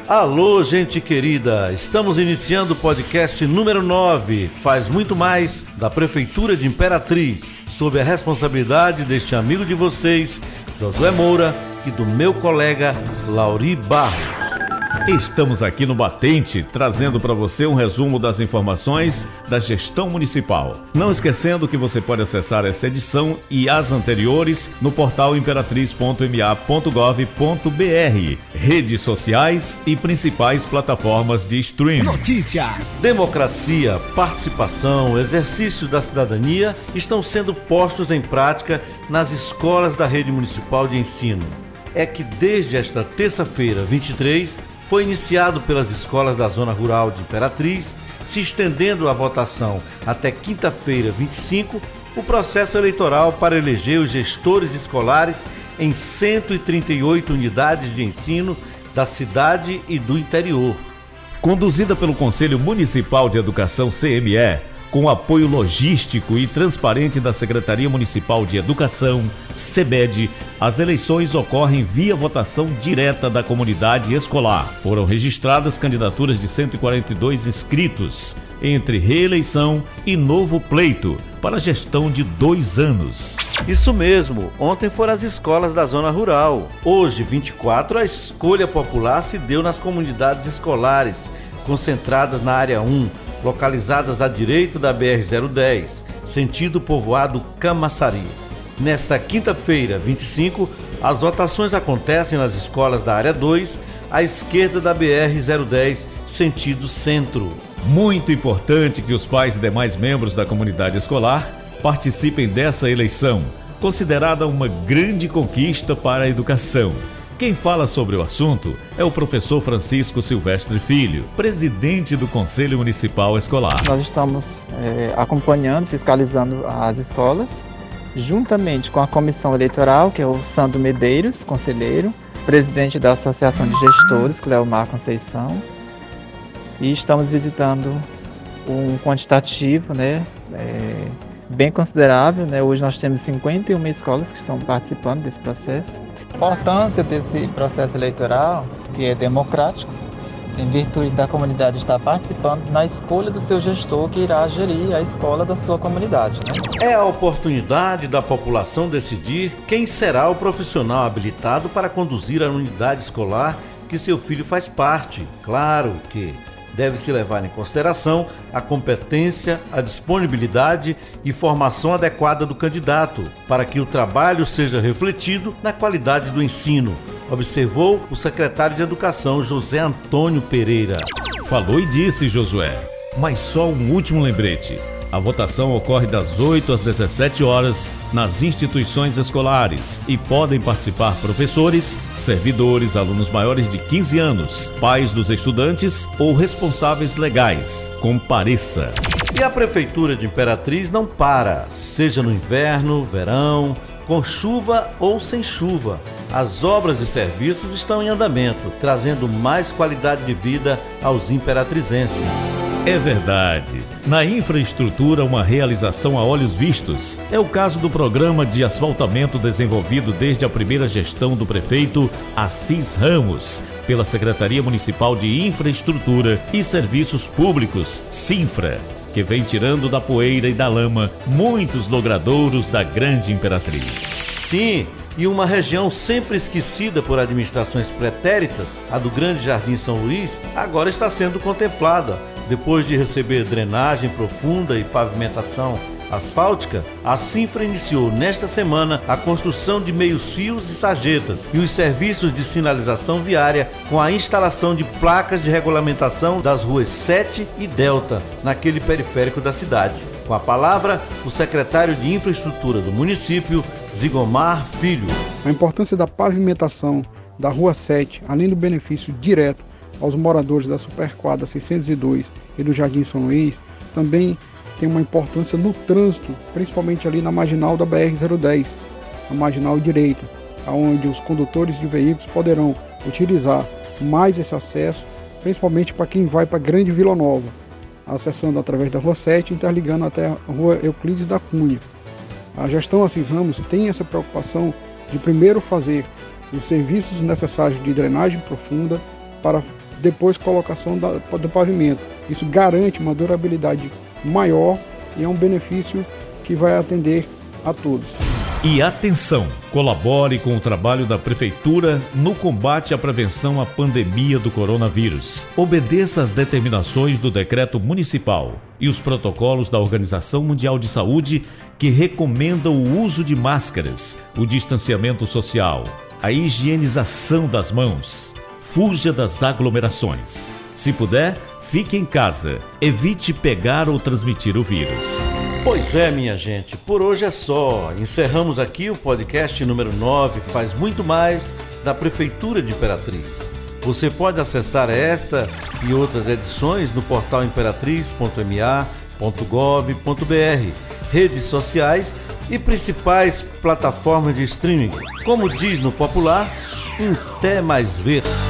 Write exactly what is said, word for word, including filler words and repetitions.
Alô, gente querida, estamos iniciando o podcast número nove, Faz Muito Mais, da Prefeitura de Imperatriz, sob a responsabilidade deste amigo de vocês, Josué Moura, e do meu colega Lauri Barros. Estamos aqui no Batente, trazendo para você um resumo das informações da gestão municipal. Não esquecendo que você pode acessar essa edição e as anteriores no portal imperatriz ponto m a ponto gov ponto b r, redes sociais e principais plataformas de streaming. Notícia! Democracia, participação, exercício da cidadania estão sendo postos em prática nas escolas da rede municipal de ensino. É que desde esta terça-feira, vinte e três, foi iniciado pelas escolas da Zona Rural de Imperatriz, se estendendo a votação até quinta-feira, vinte e cinco, o processo eleitoral para eleger os gestores escolares em cento e trinta e oito unidades de ensino da cidade e do interior. Conduzida pelo Conselho Municipal de Educação C M E, com apoio logístico e transparente da Secretaria Municipal de Educação, SEBED, as eleições ocorrem via votação direta da comunidade escolar. Foram registradas candidaturas de cento e quarenta e dois inscritos, entre reeleição e novo pleito, para a gestão de dois anos. Isso mesmo, ontem foram as escolas da Zona Rural. Hoje, vinte e quatro, a escolha popular se deu nas comunidades escolares, concentradas na área um, localizadas à direita da B R zero dez, sentido povoado Camaçari. Nesta quinta-feira, vinte e cinco, as votações acontecem nas escolas da área dois, à esquerda da B R zero dez, sentido centro. Muito importante que os pais e demais membros da comunidade escolar participem dessa eleição, considerada uma grande conquista para a educação. Quem fala sobre o assunto é o professor Francisco Silvestre Filho, presidente do Conselho Municipal Escolar. Nós estamos é, acompanhando, fiscalizando as escolas, juntamente com a comissão eleitoral, que é o Sandro Medeiros, conselheiro, presidente da Associação de Gestores, Cleomar Conceição, e estamos visitando um quantitativo, né, é, bem considerável, né? Hoje nós temos cinquenta e uma escolas que estão participando desse processo. A importância desse processo eleitoral, que é democrático, em virtude da comunidade estar participando na escolha do seu gestor que irá gerir a escola da sua comunidade, né? É a oportunidade da população decidir quem será o profissional habilitado para conduzir a unidade escolar que seu filho faz parte. Claro que deve-se levar em consideração a competência, a disponibilidade e formação adequada do candidato, para que o trabalho seja refletido na qualidade do ensino, observou o secretário de Educação, José Antônio Pereira. Falou e disse, Josué, mas só um último lembrete. A votação ocorre das oito às dezessete horas nas instituições escolares e podem participar professores, servidores, alunos maiores de quinze anos, pais dos estudantes ou responsáveis legais. Compareça! E a Prefeitura de Imperatriz não para, seja no inverno, verão, com chuva ou sem chuva. As obras e serviços estão em andamento, trazendo mais qualidade de vida aos imperatrizenses. É verdade. Na infraestrutura, uma realização a olhos vistos. É o caso do programa de asfaltamento desenvolvido desde a primeira gestão do prefeito Assis Ramos, pela Secretaria Municipal de Infraestrutura e Serviços Públicos, SINFRA, que vem tirando da poeira e da lama muitos logradouros da grande Imperatriz. Sim, e uma região sempre esquecida por administrações pretéritas, a do Grande Jardim São Luís, agora está sendo contemplada. Depois de receber drenagem profunda e pavimentação asfáltica, a SINFRA iniciou nesta semana a construção de meios-fios e sarjetas e os serviços de sinalização viária com a instalação de placas de regulamentação das ruas sete e Delta, naquele periférico da cidade. Com a palavra, o secretário de Infraestrutura do município, Zigomar Filho. A importância da pavimentação da Rua sete, além do benefício direto aos moradores da Superquadra seiscentos e dois e do Jardim São Luís, também tem uma importância no trânsito, principalmente ali na marginal da B R zero dez, a marginal direita, onde os condutores de veículos poderão utilizar mais esse acesso, principalmente para quem vai para a Grande Vila Nova, acessando através da Rua sete, interligando até a Rua Euclides da Cunha. A gestão Assis Ramos tem essa preocupação de primeiro fazer os serviços necessários de drenagem profunda para depois colocação da, do pavimento. Isso garante uma durabilidade maior e é um benefício que vai atender a todos. E atenção, colabore com o trabalho da Prefeitura no combate à prevenção à pandemia do coronavírus. Obedeça às determinações do Decreto Municipal e os protocolos da Organização Mundial de Saúde, que recomendam o uso de máscaras, o distanciamento social, a higienização das mãos. Fuja das aglomerações. Se puder, fique em casa. Evite pegar ou transmitir o vírus. Pois é, minha gente, por hoje é só. Encerramos aqui o podcast número nove, Faz Muito Mais, da Prefeitura de Imperatriz. Você pode acessar esta e outras edições no portal imperatriz ponto m a ponto gov ponto b r, redes sociais e principais plataformas de streaming. Como diz no popular, até mais ver.